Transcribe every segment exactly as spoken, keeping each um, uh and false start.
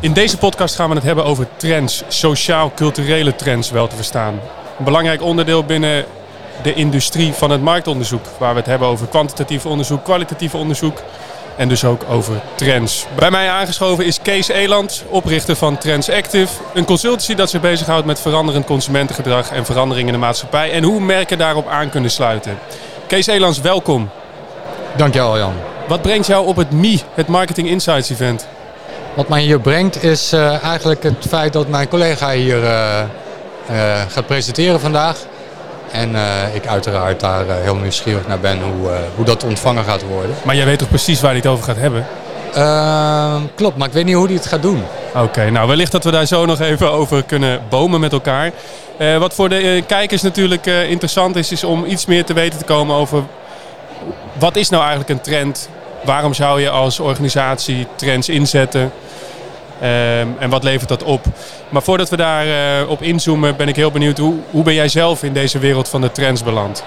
In deze podcast gaan we het hebben over trends, sociaal-culturele trends wel te verstaan. Een belangrijk onderdeel binnen de industrie van het marktonderzoek, waar we het hebben over kwantitatief onderzoek, kwalitatief onderzoek en dus ook over trends. Bij mij aangeschoven is Kees Eland, oprichter van Trends Active, een consultancy dat zich bezighoudt met veranderend consumentengedrag en veranderingen in de maatschappij en hoe merken daarop aan kunnen sluiten. Kees Elands, welkom. Dankjewel, Jan. Wat brengt jou op het M I, het Marketing Insights Event? Wat mij hier brengt is uh, eigenlijk het feit dat mijn collega hier uh, uh, gaat presenteren vandaag. En uh, ik uiteraard daar uh, heel nieuwsgierig naar ben hoe, uh, hoe dat ontvangen gaat worden. Maar jij weet toch precies waar hij het over gaat hebben? Uh, klopt, maar ik weet niet hoe hij het gaat doen. Oké, okay, nou wellicht dat we daar zo nog even over kunnen bomen met elkaar. Uh, wat voor de uh, kijkers natuurlijk uh, interessant is, is om iets meer te weten te komen over wat is nou eigenlijk een trend? Waarom zou je als organisatie trends inzetten? Um, en wat levert dat op? Maar voordat we daar uh, op inzoomen, ben ik heel benieuwd, hoe, hoe ben jij zelf in deze wereld van de trends beland?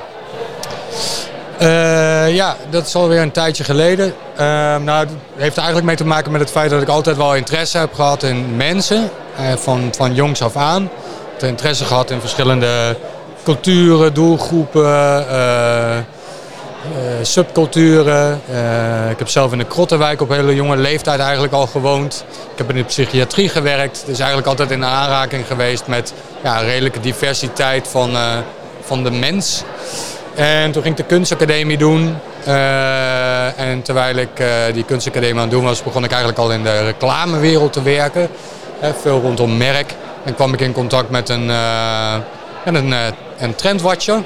Uh, ja, dat is alweer een tijdje geleden. Uh, nou, het heeft er eigenlijk mee te maken met het feit dat ik altijd wel interesse heb gehad in mensen. Uh, van, van jongs af aan. Ik heb interesse gehad in verschillende culturen, doelgroepen, uh, Uh, subculturen. Uh, ik heb zelf in de Krottenwijk op hele jonge leeftijd eigenlijk al gewoond. Ik heb in de psychiatrie gewerkt. Dus eigenlijk altijd in aanraking geweest met ja, een redelijke diversiteit van, uh, van de mens. En toen ging ik de kunstacademie doen. Uh, en terwijl ik uh, die kunstacademie aan het doen was, begon ik eigenlijk al in de reclamewereld te werken. Uh, veel rondom merk. En kwam ik in contact met een, uh, een, uh, een trendwatcher.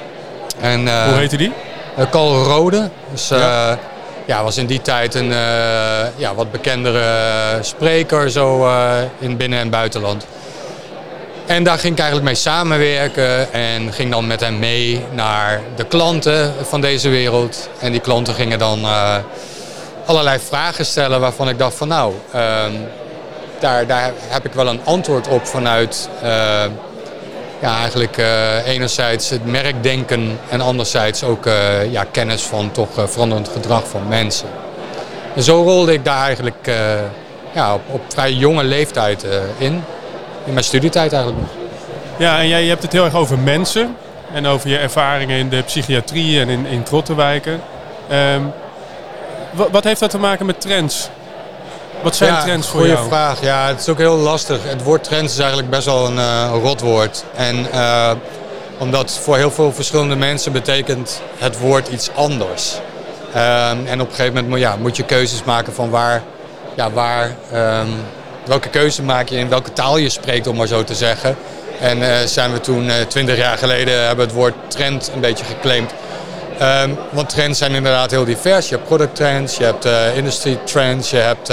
En, uh, Hoe heette die? Uh, Carl Rode, dus uh, ja. ja, was in die tijd een uh, ja, wat bekendere spreker zo, uh, in binnen- en buitenland. En daar ging ik eigenlijk mee samenwerken en ging dan met hem mee naar de klanten van deze wereld. En die klanten gingen dan uh, allerlei vragen stellen waarvan ik dacht van nou, uh, daar, daar heb ik wel een antwoord op vanuit Uh, Ja, eigenlijk uh, enerzijds het merkdenken en anderzijds ook uh, ja, kennis van toch uh, veranderend gedrag van mensen. En zo rolde ik daar eigenlijk uh, ja, op, op vrij jonge leeftijd uh, in. In mijn studietijd eigenlijk nog. Ja, en jij je hebt het heel erg over mensen en over je ervaringen in de psychiatrie en in, in Krottenwijken. Um, wat, wat heeft dat te maken met trends? Wat zijn ja, trends voor jou? Goeie vraag. Ja, het is ook heel lastig. Het woord trends is eigenlijk best wel een uh, rotwoord. En uh, omdat voor heel veel verschillende mensen betekent het woord iets anders. Um, en op een gegeven moment moet, ja, moet je keuzes maken van waar, ja, waar, um, welke keuze maak je in welke taal je spreekt, om maar zo te zeggen. En uh, zijn we toen twintig uh, jaar geleden hebben het woord trend een beetje geclaimd. Um, want trends zijn inderdaad heel divers. Je hebt product trends, je hebt uh, industry trends, je hebt uh,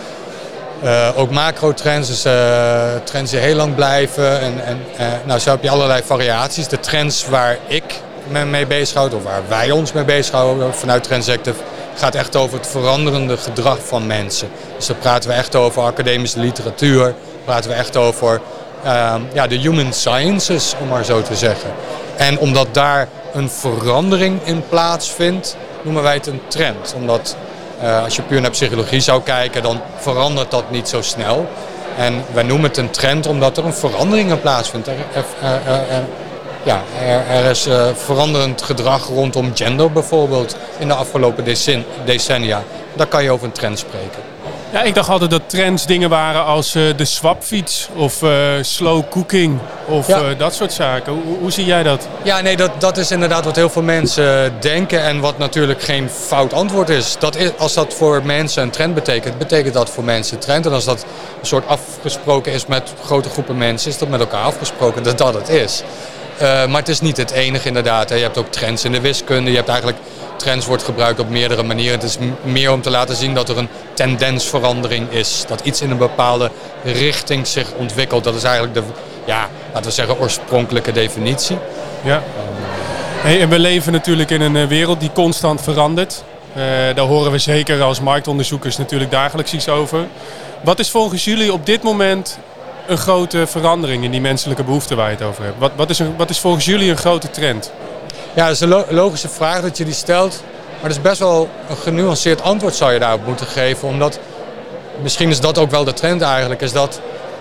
uh, ook macro trends, dus uh, trends die heel lang blijven. En, en, uh, nou, zo heb je allerlei variaties. De trends waar ik me mee bezighoud, of waar wij ons mee bezighouden vanuit Trends Active, gaat echt over het veranderende gedrag van mensen. Dus dan praten we echt over academische literatuur, praten we echt over uh, ja, de human sciences, om maar zo te zeggen. En omdat daar een verandering in plaatsvindt, noemen wij het een trend. Omdat uh, als je puur naar psychologie zou kijken, dan verandert dat niet zo snel. En wij noemen het een trend omdat er een verandering in plaatsvindt. Er, er, er, er, ja, er, er is uh, veranderend gedrag rondom gender bijvoorbeeld in de afgelopen decennia. Daar kan je over een trend spreken. Ja, ik dacht altijd dat trends dingen waren als uh, de swapfiets of uh, slow cooking of ja. uh, dat soort zaken. Hoe, hoe zie jij dat? Ja, nee, dat, dat is inderdaad wat heel veel mensen denken en wat natuurlijk geen fout antwoord is. Dat is. Als dat voor mensen een trend betekent, betekent dat voor mensen een trend. En als dat een soort afgesproken is met grote groepen mensen, is dat met elkaar afgesproken dat dat het is. Uh, maar het is niet het enige inderdaad. Hè. Je hebt ook trends in de wiskunde. Je hebt eigenlijk trends wordt gebruikt op meerdere manieren. Het is m- meer om te laten zien dat er een tendensverandering is. Dat iets in een bepaalde richting zich ontwikkelt. Dat is eigenlijk de, ja, laten we zeggen, oorspronkelijke definitie. Ja. Hey, en we leven natuurlijk in een wereld die constant verandert. Uh, daar horen we zeker als marktonderzoekers natuurlijk dagelijks iets over. Wat is volgens jullie op dit moment een grote verandering in die menselijke behoeften waar je het over hebt? Wat, wat, is, een, wat is volgens jullie een grote trend? Ja, dat is een lo- logische vraag dat je die stelt. Maar dat is best wel een genuanceerd antwoord zou je daarop moeten geven. Omdat misschien is dat ook wel de trend eigenlijk, is dat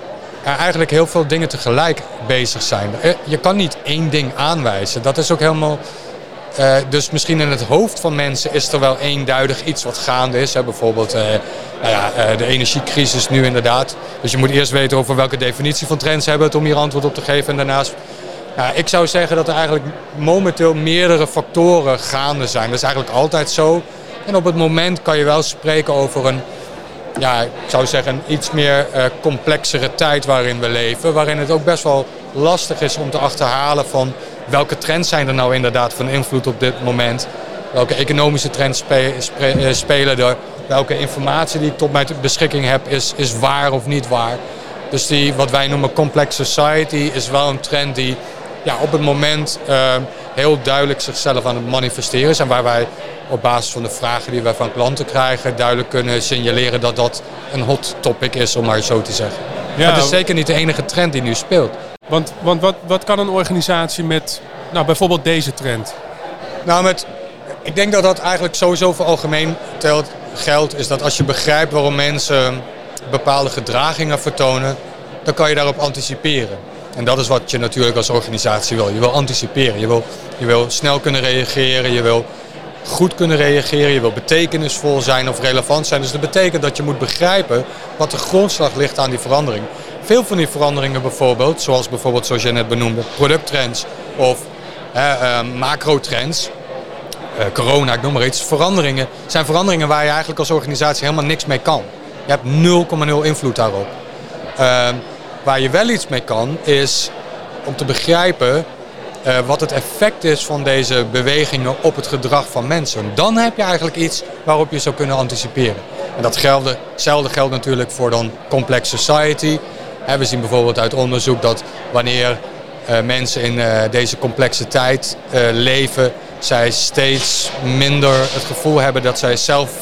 er eigenlijk heel veel dingen tegelijk bezig zijn. Je kan niet één ding aanwijzen. Dat is ook helemaal... Uh, dus misschien in het hoofd van mensen is er wel eenduidig iets wat gaande is. Hè? Bijvoorbeeld uh, nou ja, uh, de energiecrisis nu inderdaad. Dus je moet eerst weten over welke definitie van trends hebben het om hier antwoord op te geven. En daarnaast, nou, ik zou zeggen dat er eigenlijk momenteel meerdere factoren gaande zijn. Dat is eigenlijk altijd zo. En op het moment kan je wel spreken over een, ja, ik zou zeggen, een iets meer uh, complexere tijd waarin we leven. Waarin het ook best wel lastig is om te achterhalen van welke trends zijn er nou inderdaad van invloed op dit moment. Welke economische trends spe, spe, spelen er. Welke informatie die ik tot mijn beschikking heb is, is waar of niet waar. Dus die, wat wij noemen complex society, is wel een trend die ja, op het moment uh, heel duidelijk zichzelf aan het manifesteren is. En waar wij op basis van de vragen die wij van klanten krijgen duidelijk kunnen signaleren dat dat een hot topic is, om maar zo te zeggen. Ja. Maar het is zeker niet de enige trend die nu speelt. Want, want wat, wat kan een organisatie met nou, bijvoorbeeld deze trend? Nou, met, ik denk dat dat eigenlijk sowieso voor algemeen telt, geldt. Is dat als je begrijpt waarom mensen bepaalde gedragingen vertonen, dan kan je daarop anticiperen. En dat is wat je natuurlijk als organisatie wil. Je wil anticiperen. Je wil, je wil snel kunnen reageren. Je wil goed kunnen reageren. Je wil betekenisvol zijn of relevant zijn. Dus dat betekent dat je moet begrijpen wat de grondslag ligt aan die verandering. Veel van die veranderingen bijvoorbeeld, zoals bijvoorbeeld zoals je net benoemde, producttrends of eh, uh, macrotrends, uh, corona, ik noem maar iets, veranderingen, zijn veranderingen waar je eigenlijk als organisatie helemaal niks mee kan. Je hebt nul komma nul invloed daarop. Uh, waar je wel iets mee kan, is om te begrijpen uh, wat het effect is van deze bewegingen op het gedrag van mensen. Dan heb je eigenlijk iets waarop je zou kunnen anticiperen. En dat geldt, hetzelfde geldt natuurlijk voor dan complex society. We zien bijvoorbeeld uit onderzoek dat wanneer uh, mensen in uh, deze complexe tijd uh, leven, zij steeds minder het gevoel hebben dat zij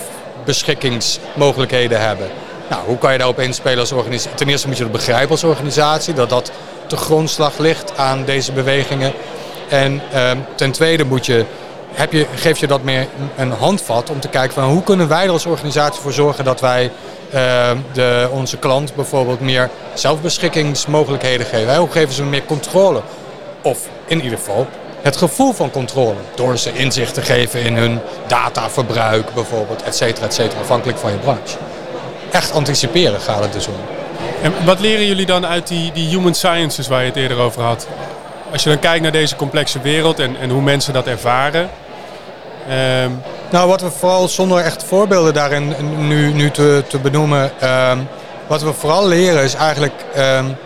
zelfbeschikkingsmogelijkheden hebben. Nou, hoe kan je daarop inspelen als organisatie? Ten eerste moet je het begrijpen als organisatie, dat dat de grondslag ligt aan deze bewegingen. En uh, ten tweede moet je, heb je, geef je dat meer een handvat om te kijken van hoe kunnen wij er als organisatie voor zorgen dat wij Uh, de, onze klant bijvoorbeeld meer zelfbeschikkingsmogelijkheden geven. Hoe geven ze meer controle? Of in ieder geval het gevoel van controle. Door ze inzicht te geven in hun dataverbruik bijvoorbeeld, et cetera, et cetera, afhankelijk van je branche. Echt anticiperen gaat het dus om. En wat leren jullie dan uit die, die human sciences waar je het eerder over had? Als je dan kijkt naar deze complexe wereld en, en hoe mensen dat ervaren. Um... Nou, wat we vooral, zonder echt voorbeelden daarin nu, nu te, te benoemen, um, wat we vooral leren is eigenlijk um,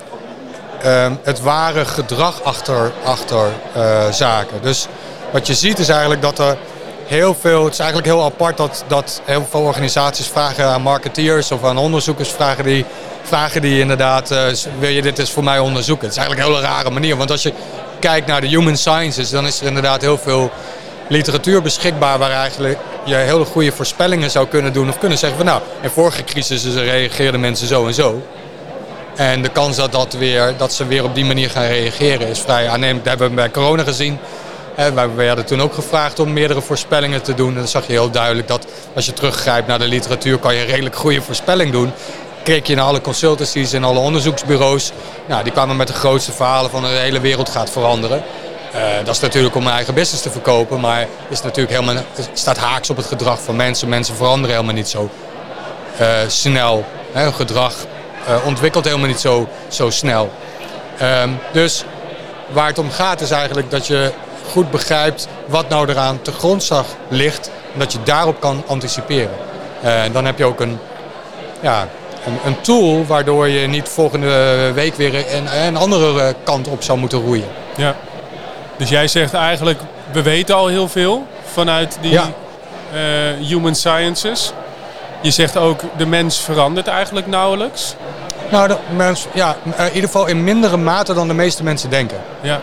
um, het ware gedrag achter, achter uh, zaken. Dus wat je ziet is eigenlijk dat er heel veel, het is eigenlijk heel apart dat, dat heel veel organisaties vragen aan marketeers of aan onderzoekers vragen die, vragen die inderdaad, uh, wil je dit eens voor mij onderzoeken? Het is eigenlijk een hele rare manier, want als je kijkt naar de human sciences, dan is er inderdaad heel veel literatuur beschikbaar waar eigenlijk je hele goede voorspellingen zou kunnen doen of kunnen zeggen van nou, in vorige crisissen reageerden mensen zo en zo. En de kans dat, dat, weer, dat ze weer op die manier gaan reageren is vrij aannemelijk. Dat hebben we bij corona gezien. We hadden toen ook gevraagd om meerdere voorspellingen te doen. En dan zag je heel duidelijk dat als je teruggrijpt naar de literatuur kan je een redelijk goede voorspelling doen. Keek je naar alle consultancies en alle onderzoeksbureaus. Nou, die kwamen met de grootste verhalen van de hele wereld gaat veranderen. Uh, dat is natuurlijk om mijn eigen business te verkopen, maar is natuurlijk helemaal, staat haaks op het gedrag van mensen. Mensen veranderen helemaal niet zo uh, snel. Hè, hun gedrag uh, ontwikkelt helemaal niet zo, zo snel. Um, dus waar het om gaat is eigenlijk dat je goed begrijpt wat nou eraan te grondslag ligt en dat je daarop kan anticiperen. Uh, en dan heb je ook een, ja, een, een tool waardoor je niet volgende week weer een, een andere kant op zou moeten roeien. Ja. Dus jij zegt eigenlijk, we weten al heel veel vanuit die ja. uh, human sciences. Je zegt ook, de mens verandert eigenlijk nauwelijks. Nou, de mens, ja, in ieder geval in mindere mate dan de meeste mensen denken. Ja.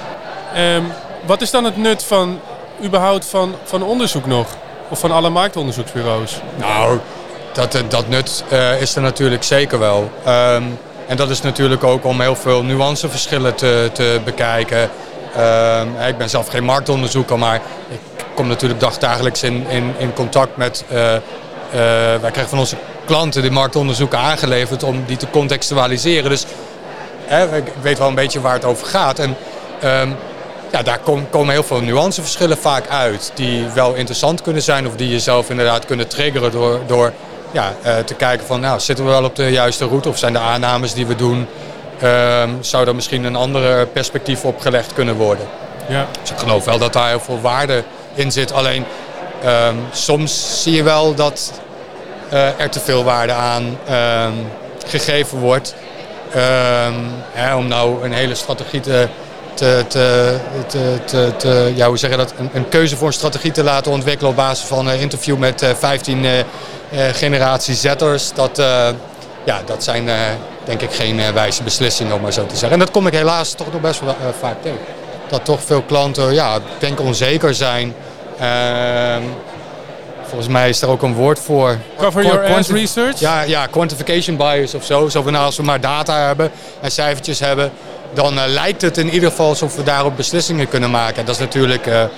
Um, wat is dan het nut van, überhaupt van, van onderzoek nog? Of van alle marktonderzoeksbureaus? Nou, dat, dat nut uh, is er natuurlijk zeker wel. Um, en dat is natuurlijk ook om heel veel nuanceverschillen te, te bekijken. Uh, ik ben zelf geen marktonderzoeker, maar ik kom natuurlijk dagdagelijks in, in, in contact met... Uh, uh, wij krijgen van onze klanten die marktonderzoeken aangeleverd om die te contextualiseren. Dus hè, ik weet wel een beetje waar het over gaat. En um, ja, daar kom, komen heel veel nuanceverschillen vaak uit. Die wel interessant kunnen zijn of die je zelf inderdaad kunnen triggeren door, door ja, uh, te kijken van nou, zitten we wel op de juiste route of zijn de aannames die we doen, um, zou er misschien een andere perspectief op gelegd kunnen worden. Ja. Dus ik geloof wel dat daar heel veel waarde in zit. Alleen um, soms zie je wel dat uh, er te veel waarde aan um, gegeven wordt. Um, hè, om nou een hele strategie te, te, te, te, te, te ja, hoe zeg je dat? Een, een keuze voor een strategie te laten ontwikkelen op basis van een interview met uh, vijftien uh, uh, generatie Zetters. Dat, uh, ja, dat zijn uh, denk ik geen uh, wijze beslissingen, om maar zo te zeggen. En dat kom ik helaas toch nog best wel uh, vaak tegen. Dat toch veel klanten, ja, denk onzeker zijn. Uh, volgens mij is er ook een woord voor. Cover your ass research? Ja, ja, quantification bias of zo. Zo van, nou, als we maar data hebben en cijfertjes hebben, dan uh, lijkt het in ieder geval alsof we daarop beslissingen kunnen maken. Dat is natuurlijk, uh,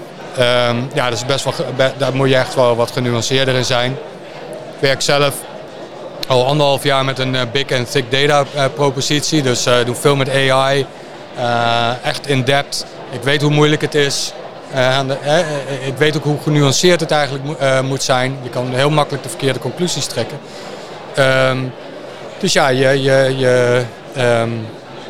um, ja, dat is best wel, be, daar moet je echt wel wat genuanceerder in zijn. Ik werk zelf al anderhalf jaar met een uh, big and thick data uh, propositie. Dus uh, doe veel met A I. Uh, echt in depth. Ik weet hoe moeilijk het is. Uh, de, eh, ik weet ook hoe genuanceerd het eigenlijk mo- uh, moet zijn. Je kan heel makkelijk de verkeerde conclusies trekken. Um, dus ja, je, je, je, um,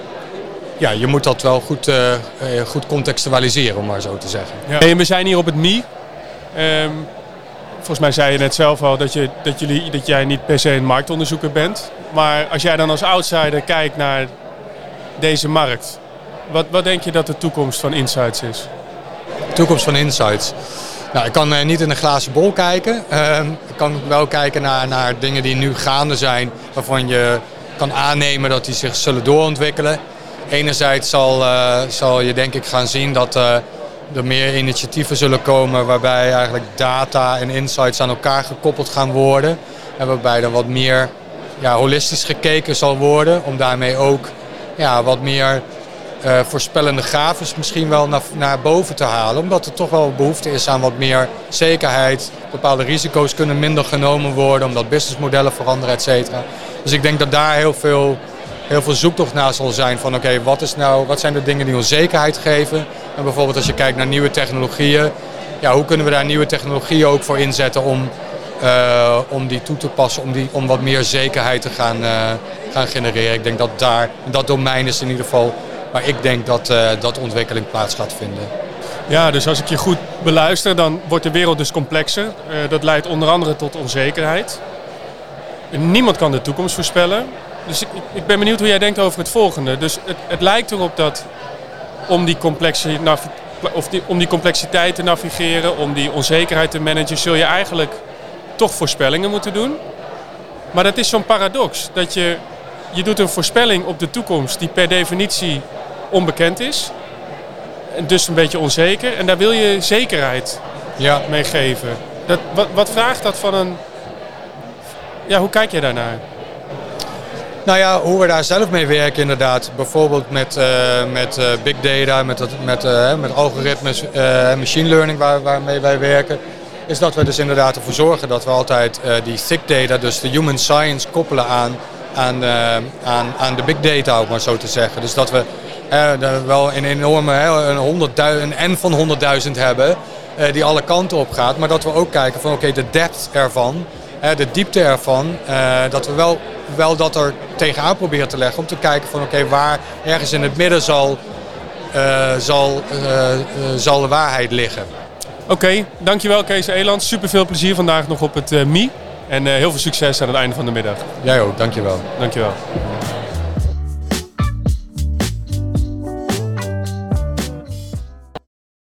ja, je moet dat wel goed, uh, uh, goed contextualiseren, om maar zo te zeggen. Ja. En we zijn hier op het M I. Um, volgens mij zei je net zelf al dat, je, dat, jullie, dat jij niet per se een marktonderzoeker bent. Maar als jij dan als outsider kijkt naar deze markt, Wat, wat denk je dat de toekomst van Insights is? De toekomst van Insights? Nou, ik kan uh, niet in een glazen bol kijken. Uh, ik kan wel kijken naar, naar dingen die nu gaande zijn, waarvan je kan aannemen dat die zich zullen doorontwikkelen. Enerzijds zal, uh, zal je denk ik gaan zien dat uh, er meer initiatieven zullen komen waarbij eigenlijk data en insights aan elkaar gekoppeld gaan worden. En waarbij er wat meer ja, holistisch gekeken zal worden, om daarmee ook ja, wat meer Uh, voorspellende gaven misschien wel naar, naar boven te halen. Omdat er toch wel behoefte is aan wat meer zekerheid. Bepaalde risico's kunnen minder genomen worden omdat businessmodellen veranderen, et cetera. Dus ik denk dat daar heel veel, heel veel zoektocht naar zal zijn van oké, okay, wat is nou, wat zijn de dingen die ons zekerheid geven? En bijvoorbeeld als je kijkt naar nieuwe technologieën. Ja, hoe kunnen we daar nieuwe technologieën ook voor inzetten om, uh, om die toe te passen, om, die, om wat meer zekerheid te gaan, uh, gaan genereren. Ik denk dat daar, dat domein is in ieder geval maar ik denk dat uh, dat ontwikkeling plaats gaat vinden. Ja, dus als ik je goed beluister, dan wordt de wereld dus complexer. Uh, dat leidt onder andere tot onzekerheid. Niemand kan de toekomst voorspellen. Dus ik, ik ben benieuwd hoe jij denkt over het volgende. Dus het, het lijkt erop dat om die, complexi- navi- of die, om die complexiteit te navigeren, om die onzekerheid te managen, zul je eigenlijk toch voorspellingen moeten doen. Maar dat is zo'n paradox. Dat je, je doet een voorspelling op de toekomst die per definitie onbekend is. En dus een beetje onzeker. En daar wil je zekerheid ja. mee geven. Dat, wat, wat vraagt dat van een... Ja, hoe kijk jij daarnaar? Nou ja, hoe we daar zelf mee werken inderdaad. Bijvoorbeeld met, uh, met uh, big data, met, met, uh, met algoritmes en uh, machine learning waar, waarmee wij werken. Is dat we dus inderdaad ervoor zorgen dat we altijd uh, die thick data, dus de human science, koppelen aan, aan, uh, aan, aan de big data, om maar zo te zeggen. Dus dat we uh, wel een enorme, uh, een, honderdduizend, een N van honderdduizend hebben uh, die alle kanten op gaat. Maar dat we ook kijken van oké, okay, de depth ervan, uh, de diepte ervan, uh, dat we wel, wel dat er tegenaan proberen te leggen om te kijken van oké, okay, waar ergens in het midden zal, uh, zal, uh, uh, zal de waarheid liggen. Oké, okay, dankjewel Kees Eland. Super veel plezier vandaag nog op het uh, M I. En uh, heel veel succes aan het einde van de middag. Jij ook, dankjewel. Dankjewel.